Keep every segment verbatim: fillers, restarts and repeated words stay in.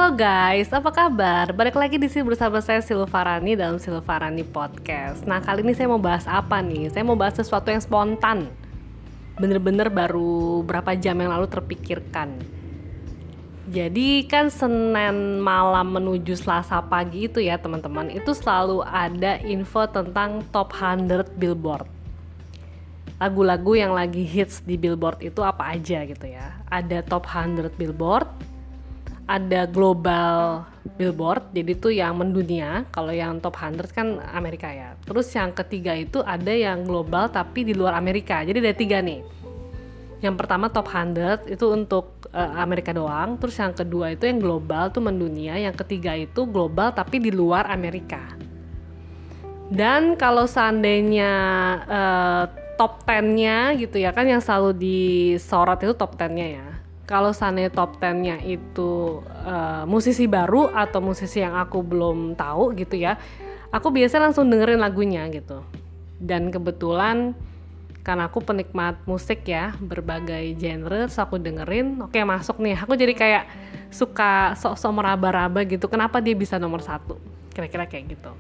Halo guys, apa kabar? Balik lagi di sini bersama saya Silvarani dalam Silvarani Podcast. Nah, kali ini saya mau bahas apa nih? Saya mau bahas sesuatu yang spontan. Bener-bener baru berapa jam yang lalu terpikirkan. Jadi kan Senin malam menuju Selasa pagi itu ya teman-teman, itu selalu ada info tentang top seratus Billboard. Lagu-lagu yang lagi hits di Billboard itu apa aja gitu ya. Ada top seratus Billboard, ada global Billboard, jadi itu yang mendunia. Kalau yang top seratus kan Amerika ya. Terus yang ketiga itu ada yang global tapi di luar Amerika. Jadi ada tiga nih. Yang pertama top seratus itu untuk uh, Amerika doang. Terus yang kedua itu yang global tuh mendunia. Yang ketiga itu global tapi di luar Amerika. Dan kalau seandainya uh, top sepuluh-nya gitu ya kan, yang selalu disorot itu top sepuluh-nya ya. Kalau seandainya top sepuluh-nya itu uh, musisi baru atau musisi yang aku belum tahu gitu ya, aku biasanya langsung dengerin lagunya gitu. Dan kebetulan karena aku penikmat musik ya, berbagai genre, so aku dengerin, oke masuk nih. Aku jadi kayak suka sok-sok meraba-raba gitu, kenapa dia bisa nomor satu, kira-kira kayak gitu.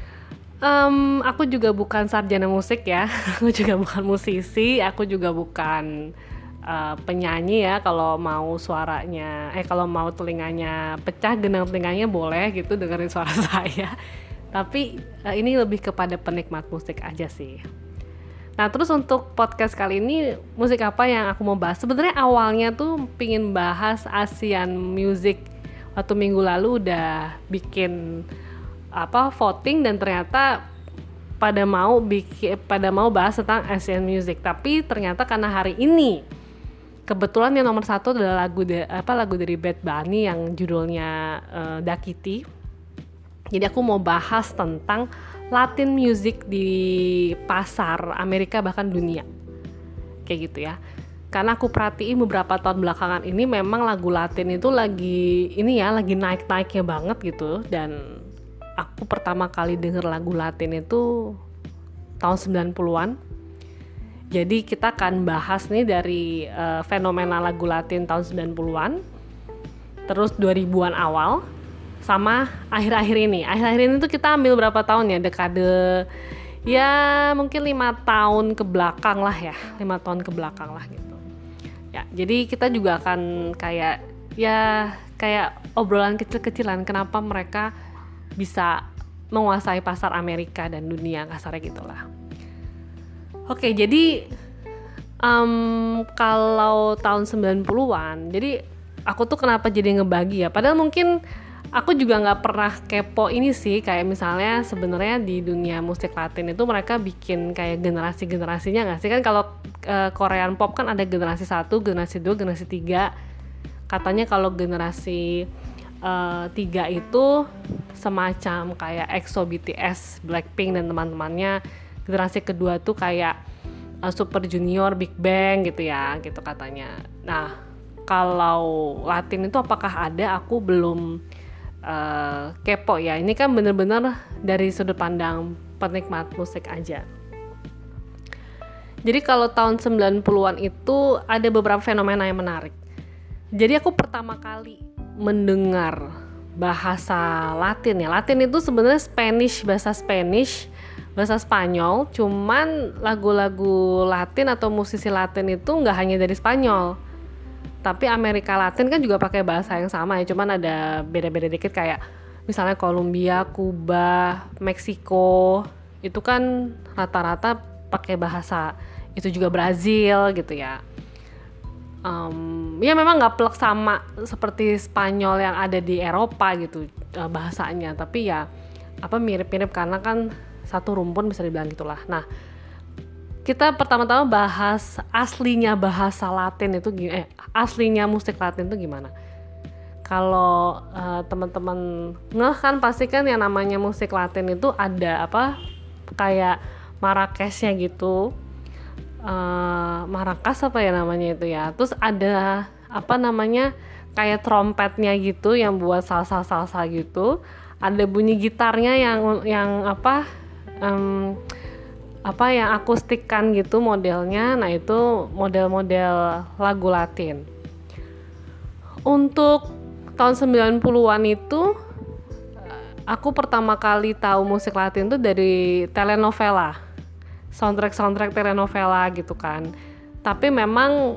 Um, aku juga bukan sarjana musik ya, aku juga bukan musisi, aku juga bukan Uh, penyanyi ya. Kalau mau suaranya eh kalau mau telinganya pecah, genang telinganya boleh gitu dengerin suara saya. Tapi uh, ini lebih kepada penikmat musik aja sih. Nah, terus untuk podcast kali ini musik apa yang aku mau bahas? Sebenarnya awalnya tuh pingin bahas Asian music. Waktu minggu lalu udah bikin apa voting dan ternyata pada mau bikin pada mau bahas tentang Asian music. Tapi ternyata karena hari ini kebetulan yang nomor satu adalah lagu de, apa lagu dari Bad Bunny yang judulnya uh, Dakiti. Jadi aku mau bahas tentang Latin music di pasar Amerika bahkan dunia, kayak gitu ya. Karena aku perhatiin beberapa tahun belakangan ini memang lagu Latin itu lagi ini ya lagi naik-naiknya banget gitu. Dan aku pertama kali denger lagu Latin itu tahun sembilan puluhan. Jadi kita akan bahas nih dari uh, fenomena lagu Latin tahun sembilan puluhan, terus dua ribuan awal, sama akhir-akhir ini. Akhir-akhir ini tuh kita ambil berapa tahun ya, dekade ya mungkin lima tahun ke belakang lah ya, lima tahun ke belakang lah gitu. Ya, jadi kita juga akan kayak ya kayak obrolan kecil-kecilan kenapa mereka bisa menguasai pasar Amerika dan dunia, kasarnya gitulah. Oke, jadi um, kalau tahun sembilan puluhan, jadi aku tuh kenapa jadi ngebagi ya, padahal mungkin aku juga gak pernah kepo ini sih, kayak misalnya sebenarnya di dunia musik Latin itu mereka bikin kayak generasi-generasinya gak sih, kan kalau uh, Korean pop kan ada generasi satu, generasi dua, generasi tiga. Katanya kalau generasi uh, tiga itu semacam kayak E X O, B T S, Blackpink dan teman-temannya. Generasi kedua tuh kayak uh, Super Junior, Big Bang gitu ya, gitu katanya. Nah, kalau Latin itu apakah ada? Aku belum uh, kepo ya. Ini kan bener-bener dari sudut pandang penikmat musik aja. Jadi kalau tahun sembilan puluhan itu ada beberapa fenomena yang menarik. Jadi aku pertama kali mendengar bahasa Latin ya. Latin itu sebenarnya Spanish, bahasa Spanish, bahasa Spanyol, cuman lagu-lagu Latin atau musisi Latin itu nggak hanya dari Spanyol, tapi Amerika Latin kan juga pakai bahasa yang sama ya, cuman ada beda-beda dikit kayak misalnya Kolombia, Kuba, Meksiko, itu kan rata-rata pakai bahasa itu, juga Brazil gitu ya. Um, ya memang nggak plek sama seperti Spanyol yang ada di Eropa gitu bahasanya, tapi ya apa mirip-mirip karena kan satu rumpun bisa dibilang gitulah. Nah, kita pertama-tama bahas aslinya bahasa Latin itu eh aslinya musik Latin itu gimana. Kalau uh, teman-teman ngeh kan pasti kan yang namanya musik Latin itu ada apa kayak Marrakesnya gitu, uh, Marrakas apa ya namanya itu ya. Terus ada apa namanya kayak trompetnya gitu yang buat salsa-salsa gitu. Ada bunyi gitarnya yang yang apa Um, apa yang akustikan gitu modelnya. Nah itu model-model lagu Latin. Untuk tahun sembilan puluhan itu aku pertama kali tahu musik Latin tuh dari telenovela, soundtrack-soundtrack telenovela gitu kan. Tapi memang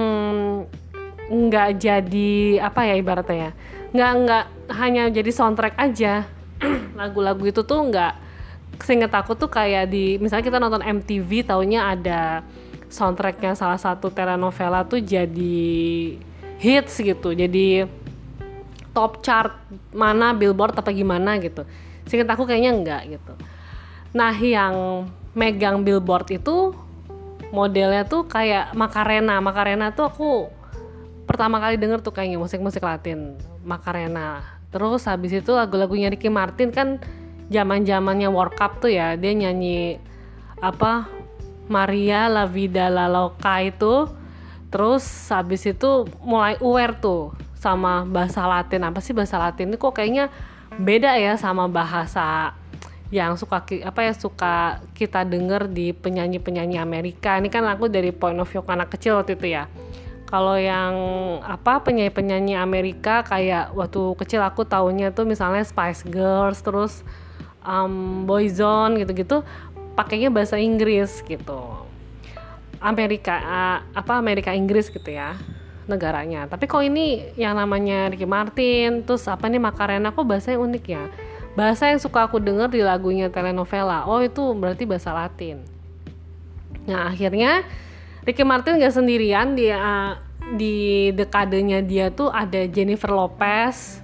nggak hmm, jadi apa ya ibaratnya ya, nggak nggak hanya jadi soundtrack aja. Lagu-lagu itu tuh nggak, seinget aku tuh kayak di misalnya kita nonton M T V taunya ada soundtracknya salah satu telenovela tuh jadi hits gitu, jadi top chart mana Billboard apa gimana gitu. Seinget aku kayaknya enggak gitu. Nah yang megang Billboard itu modelnya tuh kayak Macarena. Macarena tuh aku pertama kali denger tuh kayaknya musik-musik Latin, Macarena. Terus habis itu lagu-lagunya Ricky Martin kan zaman-zamannya World Cup tuh ya, dia nyanyi apa Maria La Vida La Loca itu. Terus habis itu mulai aware tuh sama bahasa Latin. Apa sih bahasa Latin ini kok kayaknya beda ya sama bahasa yang suka apa ya suka kita denger di penyanyi-penyanyi Amerika. Ini kan aku dari point of view anak kecil waktu itu ya. Kalau yang apa penyanyi-penyanyi Amerika kayak waktu kecil aku taunya tuh misalnya Spice Girls, terus um, Boyzone gitu-gitu pakainya bahasa Inggris gitu. Amerika uh, apa Amerika Inggris gitu ya negaranya. Tapi kok ini yang namanya Ricky Martin, terus apa nih Macarena kok bahasanya unik ya. Bahasa yang suka aku denger di lagunya telenovela. Oh itu berarti bahasa Latin. Nah akhirnya Ricky Martin gak sendirian, dia uh, di dekadenya dia tuh ada Jennifer Lopez.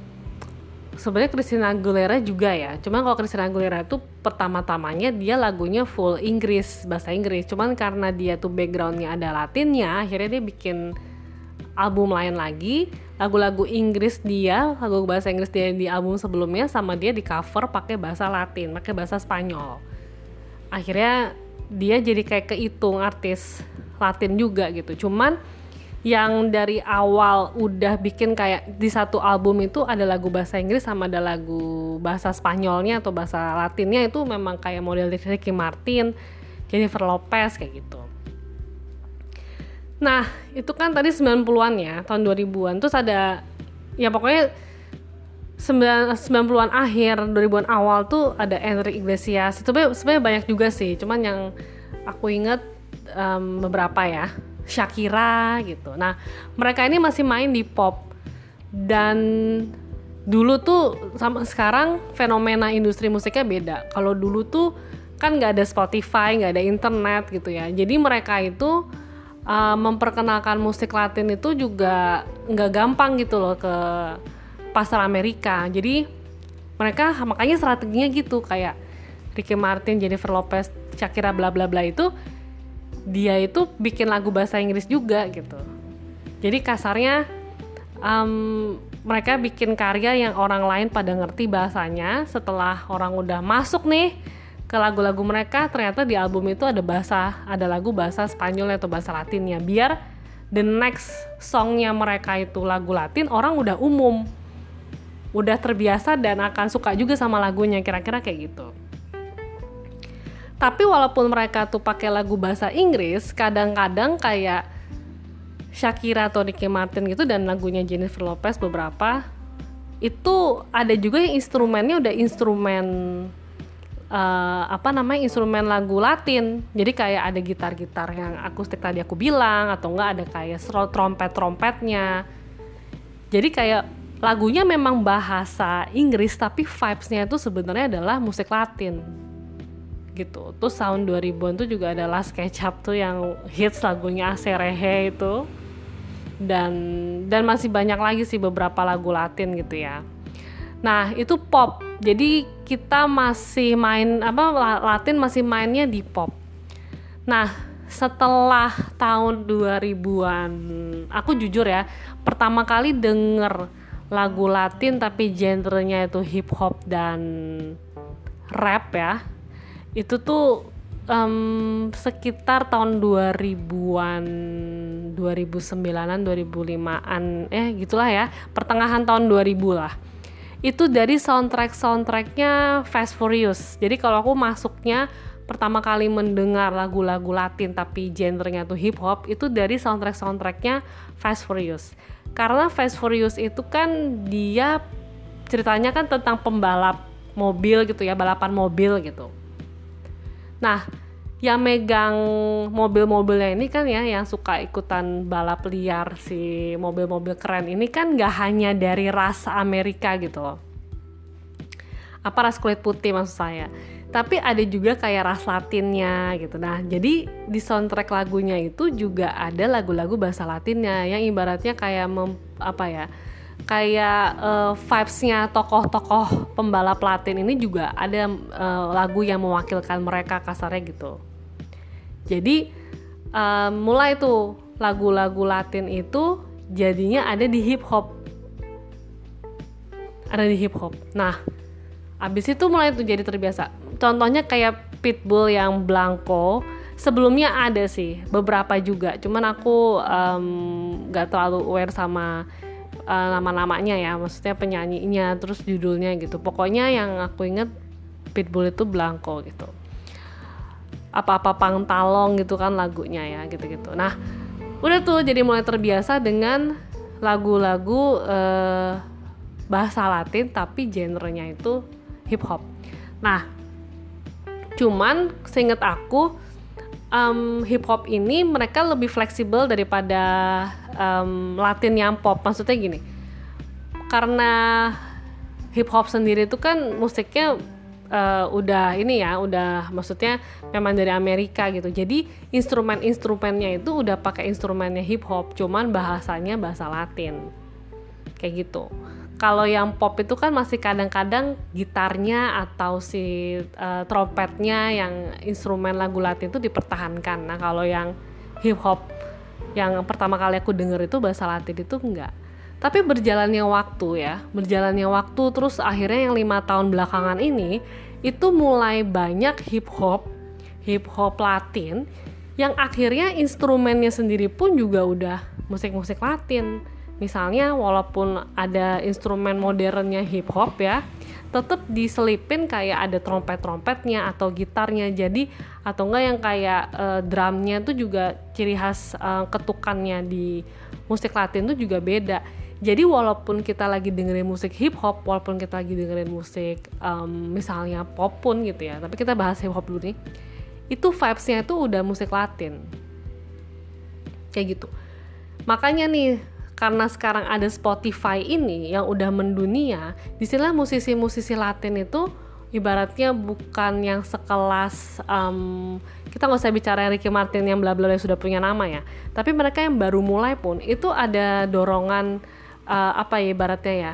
Sebenarnya Christina Aguilera juga ya. Cuman kalau Christina Aguilera tuh pertama-tamanya dia lagunya full Inggris, bahasa Inggris. Cuman karena dia tuh backgroundnya ada Latinnya, akhirnya dia bikin album lain lagi, lagu-lagu Inggris dia, lagu bahasa Inggris dia di album sebelumnya sama dia di cover pakai bahasa Latin, pakai bahasa Spanyol. Akhirnya dia jadi kayak kehitung artis Latin juga gitu. Cuman yang dari awal udah bikin kayak di satu album itu ada lagu bahasa Inggris sama ada lagu bahasa Spanyolnya atau bahasa Latinnya, itu memang kayak model Ricky Martin, Jennifer Lopez kayak gitu. Nah itu kan tadi sembilan puluhan ya, tahun dua ribuan. Terus ada ya pokoknya sembilan puluhan akhir dua ribuan awal tuh ada Enrique Iglesias. Itu sebenarnya banyak juga sih, cuman yang aku ingat um, beberapa ya, Shakira gitu. Nah mereka ini masih main di pop. Dan dulu tuh sama sekarang fenomena industri musiknya beda. Kalau dulu tuh kan gak ada Spotify, gak ada internet gitu ya. Jadi mereka itu uh, memperkenalkan musik Latin itu juga gak gampang gitu loh ke pasar Amerika. Jadi mereka makanya strateginya gitu, kayak Ricky Martin, Jennifer Lopez, Shakira bla bla bla itu dia itu bikin lagu bahasa Inggris juga gitu. Jadi kasarnya um, mereka bikin karya yang orang lain pada ngerti bahasanya. Setelah orang udah masuk nih ke lagu-lagu mereka, ternyata di album itu ada bahasa, ada lagu bahasa Spanyol atau bahasa Latinnya, biar the next songnya mereka itu lagu Latin, orang udah umum, udah terbiasa dan akan suka juga sama lagunya, kira-kira kayak gitu. Tapi walaupun mereka tuh pakai lagu bahasa Inggris, kadang-kadang kayak Shakira atau Ricky Martin gitu dan lagunya Jennifer Lopez beberapa, itu ada juga yang instrumennya udah instrumen uh, apa namanya instrumen lagu Latin. Jadi kayak ada gitar-gitar yang akustik tadi aku bilang, atau enggak ada kayak trompet-trompetnya. Jadi kayak lagunya memang bahasa Inggris tapi vibes-nya itu sebenarnya adalah musik Latin gitu. Terus tahun dua ribuan tuh juga ada Las Ketchup tuh yang hits lagunya Acerehe itu, dan dan masih banyak lagi sih beberapa lagu Latin gitu ya. Nah itu pop, jadi kita masih main apa Latin masih mainnya di pop. Nah setelah tahun dua ribuan, aku jujur ya pertama kali denger lagu Latin tapi genrenya itu hip hop dan rap ya, itu tuh um, sekitar tahun dua ribuan, dua ribu sembilanan, dua ribu limaan, eh gitulah ya, pertengahan tahun dua ribu lah. Itu dari soundtrack-soundtracknya Fast Furious. Jadi kalau aku masuknya pertama kali mendengar lagu-lagu Latin tapi genrenya tuh hip hop, itu dari soundtrack-soundtracknya Fast Furious. Karena Fast Furious itu kan dia ceritanya kan tentang pembalap mobil gitu ya, balapan mobil gitu. Nah, yang megang mobil-mobilnya ini kan ya, yang suka ikutan balap liar si mobil-mobil keren ini kan gak hanya dari ras Amerika gitu loh. Apa ras kulit putih maksud saya. Tapi ada juga kayak ras Latinnya gitu. Nah, jadi di soundtrack lagunya itu juga ada lagu-lagu bahasa Latinnya yang ibaratnya kayak mem, apa ya? Kayak uh, vibes-nya tokoh-tokoh pembalap Latin ini juga ada uh, lagu yang mewakilkan mereka kasarnya gitu. Jadi uh, mulai tuh lagu-lagu Latin itu jadinya ada di hip hop. Ada di hip hop. Nah, abis itu mulai tuh jadi terbiasa. Contohnya kayak Pitbull yang Blanco. Sebelumnya ada sih, beberapa juga. Cuman aku um, gak terlalu aware sama uh, nama-namanya ya. Maksudnya penyanyinya, terus judulnya gitu. Pokoknya yang aku inget Pitbull itu Blanco gitu. Apa-apa Pangtalong gitu kan lagunya ya, gitu-gitu. Nah, udah tuh jadi mulai terbiasa dengan lagu-lagu uh, bahasa Latin tapi genrenya itu hip hop. Nah, cuman seinget aku um, hip hop ini mereka lebih fleksibel daripada um, Latin yang pop. Maksudnya gini, karena hip hop sendiri itu kan musiknya uh, udah ini ya, udah maksudnya memang dari Amerika gitu. Jadi instrumen-instrumennya itu udah pakai instrumennya hip hop, cuman bahasanya bahasa Latin kayak gitu. Kalau yang pop itu kan masih kadang-kadang gitarnya atau si uh, trompetnya yang instrumen lagu Latin itu dipertahankan. Nah, kalau yang hip hop yang pertama kali aku denger itu bahasa Latin itu enggak. Tapi berjalannya waktu ya, berjalannya waktu terus akhirnya yang lima tahun belakangan ini itu mulai banyak hip hop, hip hop Latin yang akhirnya instrumennya sendiri pun juga udah musik-musik Latin. Misalnya walaupun ada instrumen modernnya hip hop ya, tetap diselipin kayak ada trompet-trompetnya atau gitarnya. Jadi atau enggak yang kayak uh, drumnya tuh juga ciri khas uh, ketukannya di musik Latin tuh juga beda. Jadi walaupun kita lagi dengerin musik hip hop, walaupun kita lagi dengerin musik um, misalnya pop pun gitu ya, tapi kita bahas hip hop dulu nih, itu vibes-nya tuh udah musik Latin kayak gitu. Makanya nih, karena sekarang ada Spotify ini yang udah mendunia, disinilah musisi-musisi Latin itu ibaratnya bukan yang sekelas um, kita nggak usah bicara Ricky Martin yang bla bla yang sudah punya nama ya, tapi mereka yang baru mulai pun itu ada dorongan uh, apa ya ibaratnya ya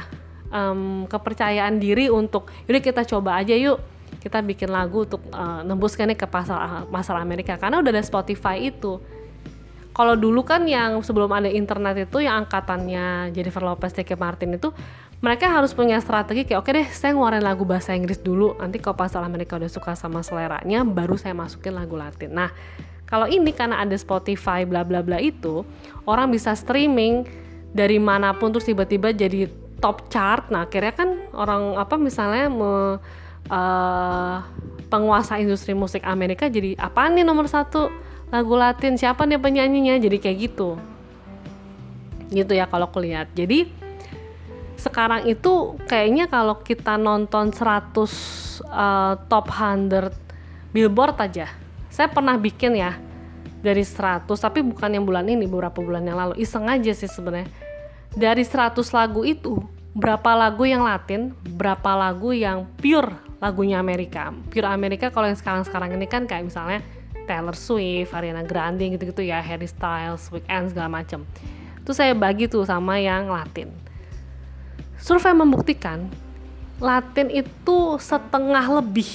um, kepercayaan diri untuk yaudah kita coba aja yuk, kita bikin lagu untuk uh, nembuskan nih ke pasar pasar Amerika karena udah ada Spotify itu. Kalau dulu kan yang sebelum ada internet itu yang angkatannya Jennifer Lopez, Ricky Martin itu mereka harus punya strategi kayak oke deh saya ngeluarin lagu bahasa Inggris dulu, nanti kalau pasar Amerika udah suka sama seleranya baru saya masukin lagu Latin. Nah kalau ini karena ada Spotify bla bla bla itu orang bisa streaming dari manapun terus tiba-tiba jadi top chart. Nah akhirnya kan orang apa misalnya me, uh, penguasa industri musik Amerika jadi apaan nih nomor satu lagu Latin, siapa nih penyanyinya, jadi kayak gitu gitu ya kalau aku lihat. Jadi sekarang itu kayaknya kalau kita nonton seratus uh, top seratus Billboard aja, saya pernah bikin ya dari seratus, tapi bukan yang bulan ini, beberapa bulan yang lalu, iseng aja sih sebenarnya. Dari seratus lagu itu berapa lagu yang Latin, berapa lagu yang pure lagunya Amerika. Pure Amerika kalau yang sekarang-sekarang ini kan kayak misalnya Taylor Swift, Ariana Grande gitu-gitu ya, Harry Styles, Weeknd segala macem. Itu saya bagi tuh sama yang Latin. Survei membuktikan Latin itu setengah lebih,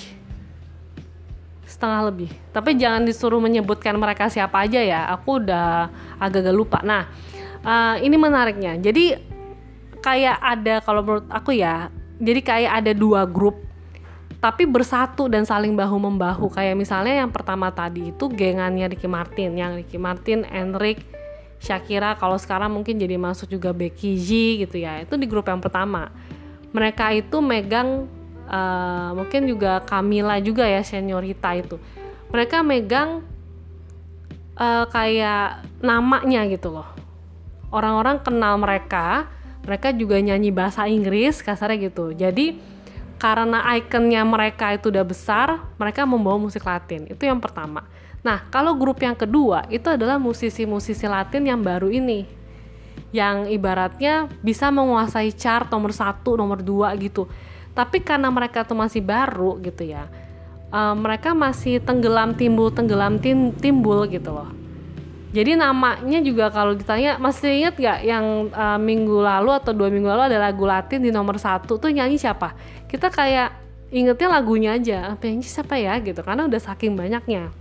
setengah lebih. Tapi jangan disuruh menyebutkan mereka siapa aja ya. Aku udah agak-agak lupa. Nah, uh, ini menariknya. Jadi kayak ada kalau menurut aku ya, jadi kayak ada dua grup tapi bersatu dan saling bahu-membahu. Kayak misalnya yang pertama tadi itu gengannya Ricky Martin, yang Ricky Martin, Enrique, Shakira, kalau sekarang mungkin jadi masuk juga Becky G gitu ya. Itu di grup yang pertama. Mereka itu megang uh, mungkin juga Camila juga ya, Señorita itu. Mereka megang uh, kayak namanya gitu loh. orang-orang kenal mereka, mereka juga nyanyi bahasa Inggris kasarnya gitu. Jadi karena ikonnya mereka itu udah besar, mereka membawa musik Latin. Itu yang pertama. Nah, kalau grup yang kedua itu adalah musisi-musisi Latin yang baru ini, yang ibaratnya bisa menguasai chart nomor satu, nomor dua gitu. Tapi karena mereka tuh masih baru gitu ya, uh, mereka masih tenggelam timbul, tenggelam tim, timbul gitu loh. Jadi namanya juga kalau ditanya, masih ingat gak yang uh, minggu lalu atau dua minggu lalu ada lagu Latin di nomor satu tuh nyanyi siapa? Kita kayak ingetnya lagunya aja, penyanyi siapa ya gitu, karena udah saking banyaknya.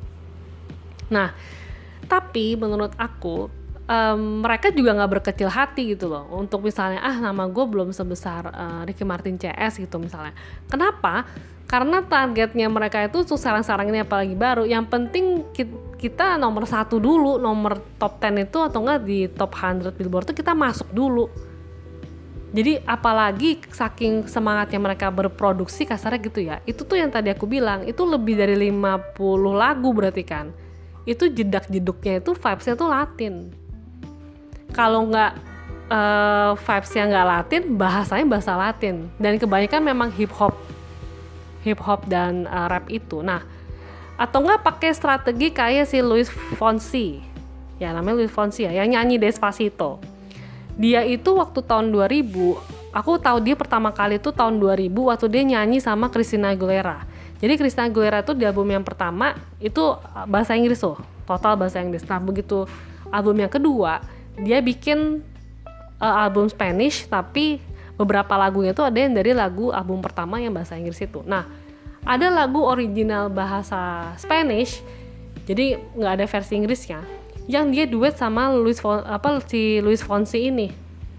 Nah, tapi menurut aku um, mereka juga gak berkecil hati gitu loh, untuk misalnya ah nama gue belum sebesar uh, Ricky Martin C S gitu misalnya. Kenapa? Karena targetnya mereka itu tuh sekarang-sekarang ini apalagi baru, yang penting kita nomor satu dulu, nomor top sepuluh itu atau enggak di top seratus Billboard itu kita masuk dulu. Jadi apalagi saking semangatnya mereka berproduksi kasarnya gitu ya, itu tuh yang tadi aku bilang, itu lebih dari lima puluh lagu berarti kan. Itu jedak-jeduknya itu vibes-nya tuh Latin. Kalau enggak uh, vibes-nya enggak Latin, bahasanya bahasa Latin. Dan kebanyakan memang hip hop. hip hop dan uh, rap itu. Nah, atau enggak pakai strategi kayak si Luis Fonsi. Ya, namanya Luis Fonsi ya, yang nyanyi Despacito. Dia itu waktu tahun dua ribu, aku tahu dia pertama kali itu tahun dua ribu waktu dia nyanyi sama Christina Aguilera. Jadi Christina Aguilera itu di album yang pertama itu bahasa Inggris tuh, total bahasa Inggris. Nah, begitu album yang kedua, dia bikin uh, album Spanish, tapi beberapa lagunya itu ada yang dari lagu album pertama yang bahasa Inggris itu. Nah, ada lagu original bahasa Spanish, jadi nggak ada versi Inggrisnya, yang dia duet sama Luis Fon, apa si Luis Fonsi ini.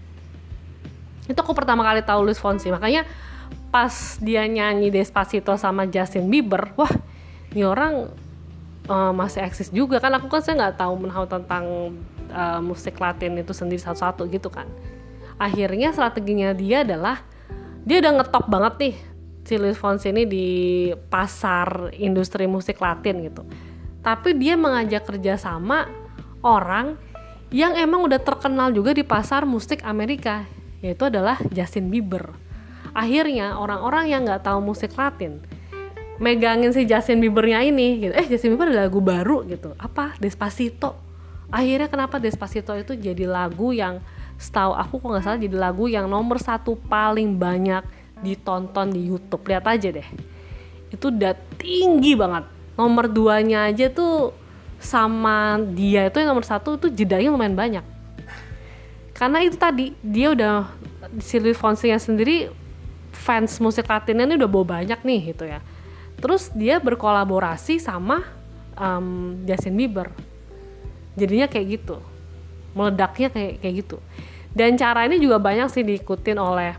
Itu aku pertama kali tahu Luis Fonsi, makanya pas dia nyanyi Despacito sama Justin Bieber, wah, ini orang uh, masih eksis juga kan. Aku kan saya nggak tahu menahu tentang uh, musik Latin itu sendiri satu-satu gitu kan. Akhirnya strateginya dia adalah dia udah ngetop banget nih si Luis Fonsi ini di pasar industri musik Latin gitu. Tapi dia mengajak kerjasama orang yang emang udah terkenal juga di pasar musik Amerika, yaitu adalah Justin Bieber. Akhirnya orang-orang yang nggak tahu musik Latin megangin si Justin Biebernya ini gitu. Eh Justin Bieber ada lagu baru gitu. Apa? Despacito. Akhirnya kenapa Despacito itu jadi lagu yang setahu aku kok nggak salah jadi lagu yang nomor satu paling banyak ditonton di YouTube. Lihat aja deh, itu udah tinggi banget. Nomor duanya aja tuh sama dia itu yang nomor satu itu jedanya lumayan banyak. Karena itu tadi dia udah, si Luis Fonsi sendiri fans musik Latinnya ini udah bawa banyak nih gitu ya. Terus dia berkolaborasi sama um, Justin Bieber, jadinya kayak gitu, meledaknya kayak kayak gitu. Dan cara ini juga banyak sih diikutin oleh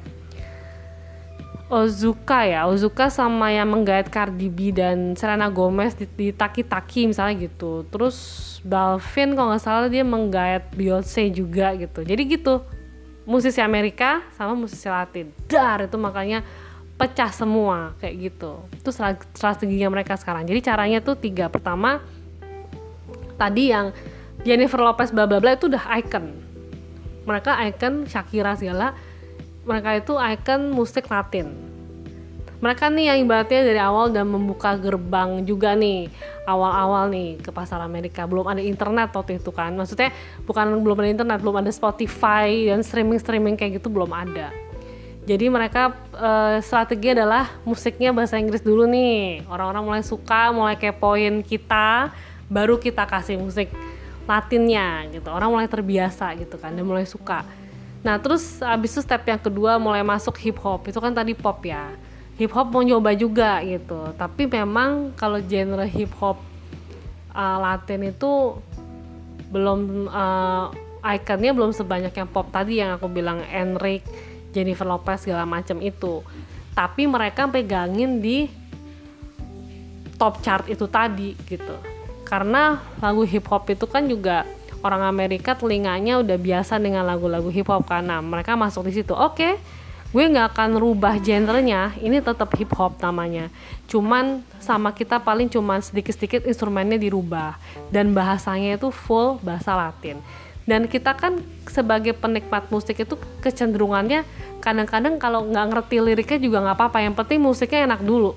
Ozuna ya, Ozuna sama yang menggait Cardi B dan Selena Gomez di, di Taki Taki misalnya gitu. Terus Balvin kalau nggak salah dia menggait Beyonce juga gitu. Jadi gitu, musisi Amerika sama musisi Latin, dar itu makanya pecah semua kayak gitu. Itu strateginya mereka sekarang. Jadi caranya tuh tiga. Pertama tadi yang Jennifer Lopez bla bla bla itu udah icon. Mereka icon Shakira segala, mereka itu icon musik Latin. Mereka nih yang ibaratnya dari awal udah membuka gerbang juga nih, awal-awal nih ke pasar Amerika. Belum ada internet waktu itu kan, maksudnya bukan belum ada internet, belum ada Spotify dan streaming-streaming kayak gitu belum ada. Jadi mereka e, strategi adalah musiknya bahasa Inggris dulu nih, orang-orang mulai suka, mulai kepoin kita, baru kita kasih musik Latinnya gitu, orang mulai terbiasa gitu kan, dan mulai suka. Nah terus abis itu step yang kedua mulai masuk hip hop, itu kan tadi pop ya, hip hop mau nyoba juga gitu, tapi memang kalau genre hip hop uh, Latin itu belum uh, ikonnya belum sebanyak yang pop tadi yang aku bilang Enrique, Jennifer Lopez segala macam itu, tapi mereka pegangin di top chart itu tadi gitu. Karena lagu hip hop itu kan juga orang Amerika telinganya udah biasa dengan lagu-lagu hip hop, karena mereka masuk di situ. Oke, gue nggak akan rubah genrenya, ini tetap hip hop namanya. Cuman sama kita paling cuman sedikit-sedikit instrumennya dirubah dan bahasanya itu full bahasa Latin. Dan kita kan sebagai penikmat musik itu kecenderungannya kadang-kadang kalau nggak ngerti liriknya juga nggak apa-apa, yang penting musiknya enak dulu.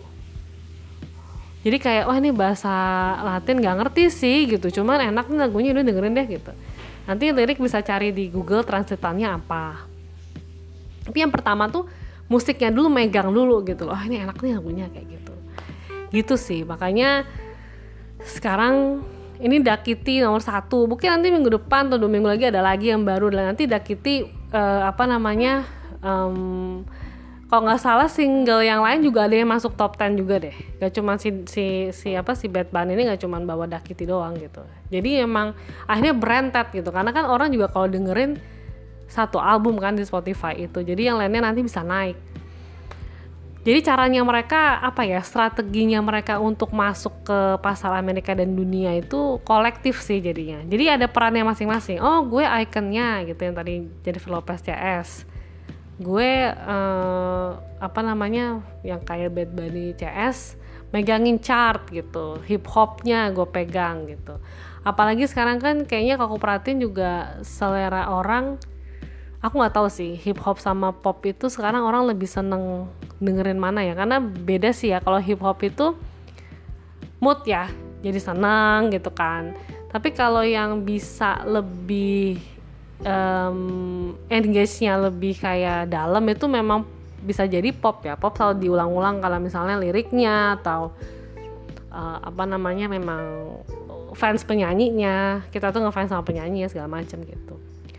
Jadi kayak wah ini bahasa Latin nggak ngerti sih gitu, cuman enak nih lagunya, udah dengerin deh gitu. Nanti lirik bisa cari di Google translate-nya apa. Tapi yang pertama tuh musiknya dulu, megang dulu gitu loh, oh ini enak nih lagunya kayak gitu. Gitu sih, makanya sekarang ini Dakiti nomor satu. Mungkin nanti minggu depan atau dua minggu lagi ada lagi yang baru. Dan nanti Dakiti uh, apa namanya um, kalau nggak salah single yang lain juga ada yang masuk top sepuluh juga deh. Gak cuma si si si apa si Bad Bunny ini gak cuma bawa Dakiti doang gitu. Jadi emang akhirnya branded gitu. Karena kan orang juga kalau dengerin satu album kan di Spotify itu. Jadi yang lainnya nanti bisa naik. Jadi caranya mereka apa ya, strateginya mereka untuk masuk ke pasar Amerika dan dunia itu kolektif sih jadinya. Jadi ada perannya masing-masing. Oh gue ikonnya gitu yang tadi Jennifer Lopez C S. Gue eh, apa namanya yang kayak Bad Bunny C S megangin chart gitu. Hip hopnya gue pegang gitu. Apalagi sekarang kan kayaknya kalau aku perhatiin juga selera orang, aku nggak tahu sih hip hop sama pop itu sekarang orang lebih seneng dengerin mana ya, karena beda sih ya. Kalau hip hop itu mood ya, jadi seneng gitu kan. Tapi kalau yang bisa lebih um, engage-nya lebih kayak dalam itu memang bisa jadi pop ya. Pop selalu diulang-ulang kalau misalnya liriknya atau uh, apa namanya memang fans penyanyinya, kita tuh ngefans sama penyanyi segala macam gitu.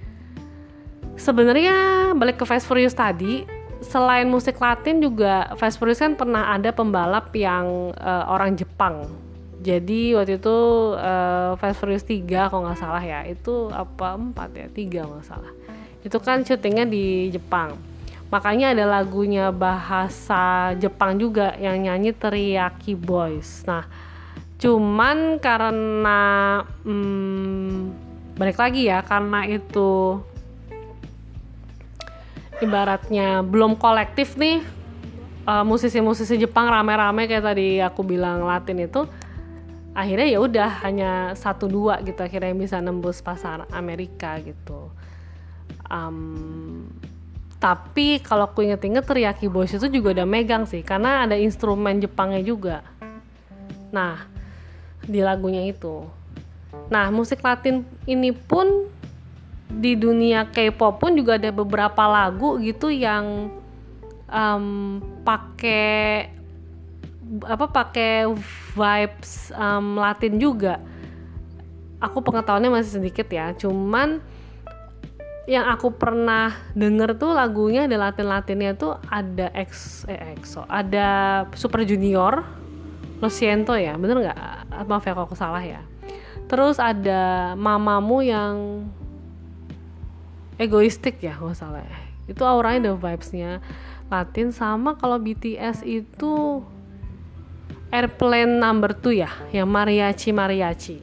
Sebenarnya balik ke Fast Furious tadi, selain musik Latin juga Fast Furious kan pernah ada pembalap yang uh, orang Jepang. Jadi waktu itu uh, Fast Furious tiga kalau nggak salah ya, itu apa empat ya, tiga kalau nggak salah. Itu kan syutingnya di Jepang. Makanya ada lagunya bahasa Jepang juga yang nyanyi Teriyaki Boys. Nah, cuman karena hmm, balik lagi ya, karena itu ibaratnya belum kolektif nih, uh, musisi-musisi Jepang rame-rame kayak tadi aku bilang Latin itu, akhirnya ya udah hanya satu dua gitu akhirnya yang bisa nembus pasar Amerika gitu. Um, tapi kalau aku inget-inget Teriyaki Boys itu juga udah megang sih, karena ada instrumen Jepangnya juga. Nah di lagunya itu. Nah musik Latin ini pun di dunia K-pop pun juga ada beberapa lagu gitu yang um, pakai apa pakai vibes um, Latin juga. Aku pengetahuannya masih sedikit ya, cuman yang aku pernah denger tuh lagunya ada Latin-Latinnya tuh ada X, eh, EXO, ada Super Junior, Lo Siento ya, bener nggak? Maaf ya kalau aku salah ya. Terus ada Mamamoo yang egoistik ya nggak salah ya. Itu auranya ada vibesnya Latin. Sama kalau B T S itu Airplane Number Two ya, yang mariachi mariachi.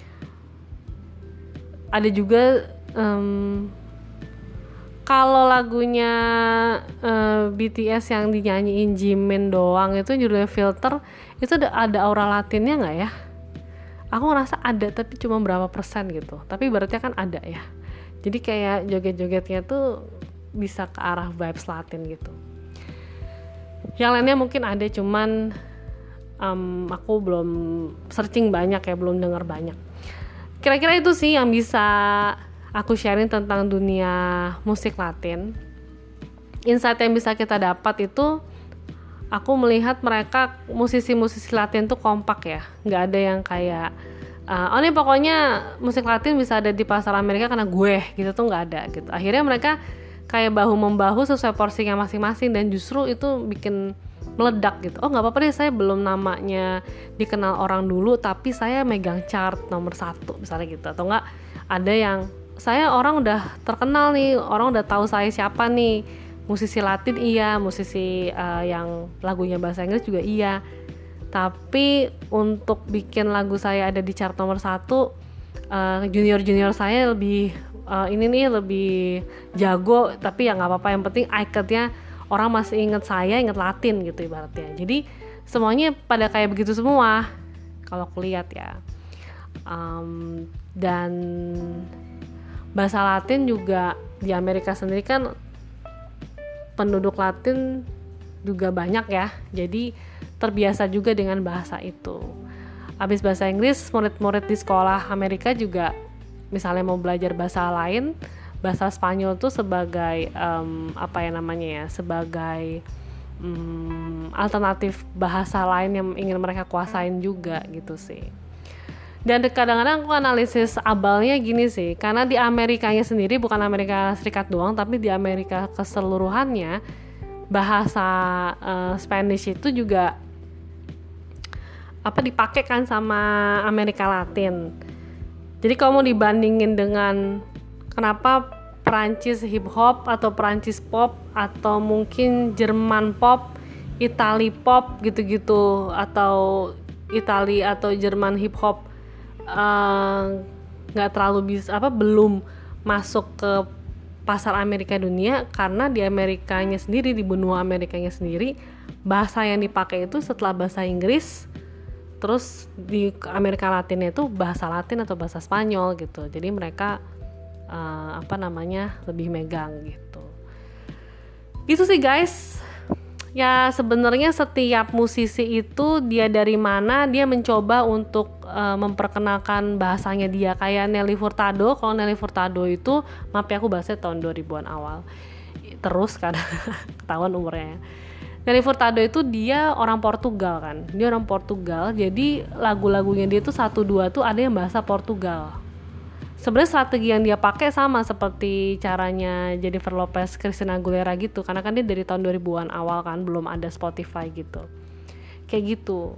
Ada juga um, kalau lagunya uh, B T S yang dinyanyiin Jimin doang itu judulnya Filter, itu ada, ada aura Latinnya nggak ya? Aku ngerasa ada tapi cuma berapa persen gitu. Tapi berarti kan ada ya. Jadi kayak joget-jogetnya tuh bisa ke arah vibes Latin gitu. Yang lainnya mungkin ada, cuman um, aku belum searching banyak ya, belum dengar banyak. Kira-kira itu sih yang bisa aku sharing tentang dunia musik Latin. Insight yang bisa kita dapat itu, aku melihat mereka musisi-musisi Latin tuh kompak ya. Nggak ada yang kayak Uh, oh ini pokoknya musik Latin bisa ada di pasar Amerika karena gue gitu tuh nggak ada gitu. Akhirnya mereka kayak bahu membahu sesuai porsinya masing-masing, dan justru itu bikin meledak gitu. Oh nggak apa-apa deh, saya belum namanya dikenal orang dulu tapi saya megang chart nomor satu misalnya gitu. Atau enggak ada yang saya orang udah terkenal nih, orang udah tahu saya siapa nih, musisi Latin iya, musisi uh, yang lagunya bahasa Inggris juga iya. Tapi untuk bikin lagu saya ada di chart nomor satu, uh, junior-junior saya lebih uh, ini nih lebih jago, tapi ya nggak apa-apa, yang penting ikonnya orang masih inget saya, inget Latin gitu ibaratnya. Jadi semuanya pada kayak begitu semua kalau aku lihat ya. Um, dan bahasa Latin juga di Amerika sendiri kan penduduk Latin juga banyak ya, jadi terbiasa juga dengan bahasa itu. Habis bahasa Inggris, murid-murid di sekolah Amerika juga misalnya mau belajar bahasa lain, bahasa Spanyol tuh sebagai um, apa ya namanya ya, sebagai um, alternatif bahasa lain yang ingin mereka kuasain juga gitu sih. Dan kadang-kadang aku analisis abalnya gini sih, karena di Amerikanya sendiri, bukan Amerika Serikat doang, tapi di Amerika keseluruhannya bahasa uh, Spanish itu juga apa dipakai kan sama Amerika Latin. Jadi kalau mau dibandingin dengan kenapa Perancis hip hop atau Perancis pop atau mungkin Jerman pop, Itali pop gitu-gitu, atau Itali atau Jerman hip hop nggak uh, terlalu bisa apa belum masuk ke pasar Amerika dunia, karena di Amerikanya sendiri, di benua Amerikanya sendiri, bahasa yang dipakai itu setelah bahasa Inggris, terus di Amerika Latinnya itu bahasa Latin atau bahasa Spanyol gitu. Jadi mereka uh, apa namanya lebih megang gitu. Gitu sih guys. Ya sebenarnya setiap musisi itu dia dari mana dia mencoba untuk uh, memperkenalkan bahasanya dia. Kayak Nelly Furtado. Kalau Nelly Furtado itu, maaf ya aku bahasnya tahun dua ribuan awal. Terus kan ketahuan umurnya. Nelly Furtado itu dia orang Portugal kan, dia orang Portugal, jadi lagu-lagunya dia tuh satu dua tuh ada yang bahasa Portugal. Sebenarnya strategi yang dia pakai sama seperti caranya Jennifer Lopez, Christina Aguilera gitu, karena kan dia dari tahun dua ribuan awal kan, belum ada Spotify gitu, kayak gitu.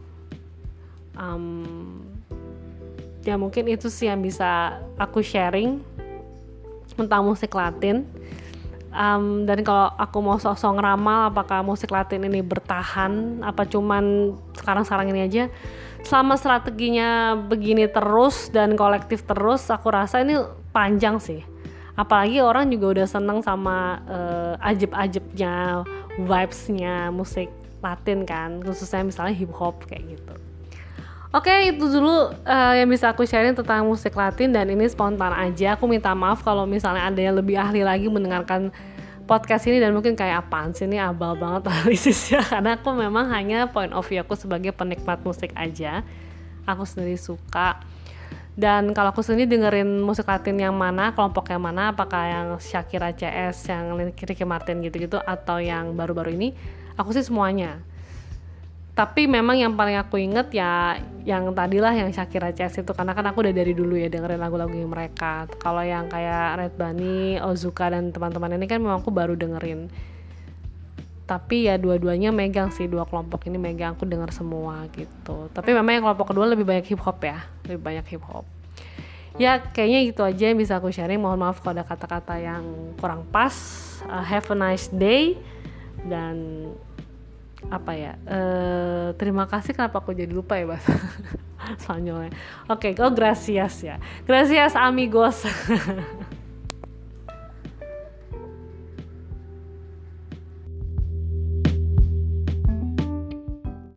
Um, ya mungkin itu sih yang bisa aku sharing tentang musik Latin. Um, dan kalau aku mau sok-sok ngeramal apakah musik Latin ini bertahan apa cuman sekarang-sekarang ini aja, selama strateginya begini terus dan kolektif terus, aku rasa ini panjang sih. Apalagi orang juga udah seneng sama uh, ajeb-ajebnya, vibes-nya musik Latin kan, khususnya misalnya hip hop kayak gitu. Oke, okay, itu dulu uh, yang bisa aku sharing tentang musik Latin, dan ini spontan aja. Aku minta maaf kalau misalnya ada yang lebih ahli lagi mendengarkan podcast ini dan mungkin kayak apaan sih ini abal banget analisisnya, karena aku memang hanya point of view aku sebagai penikmat musik aja. Aku sendiri suka, dan kalau aku sendiri dengerin musik Latin yang mana, kelompok yang mana, apakah yang Shakira C S, yang Ricky Martin gitu-gitu, atau yang baru-baru ini, aku sih semuanya. Tapi memang yang paling aku inget ya yang tadilah yang Shakira C S itu, karena kan aku udah dari dulu ya dengerin lagu-lagu mereka. Kalau yang kayak Red Bunny, Ozuna dan teman-teman ini kan memang aku baru dengerin. Tapi ya dua-duanya megang sih, dua kelompok ini megang, aku denger semua gitu. Tapi memang yang kelompok kedua lebih banyak hip hop ya, lebih banyak hip hop. Ya kayaknya gitu aja yang bisa aku sharing. Mohon maaf kalau ada kata-kata yang kurang pas. Uh, have a nice day, dan apa ya, uh, terima kasih. Kenapa aku jadi lupa ya bahasa Spanyolnya. Oke, okay, oh gracias ya, gracias amigos.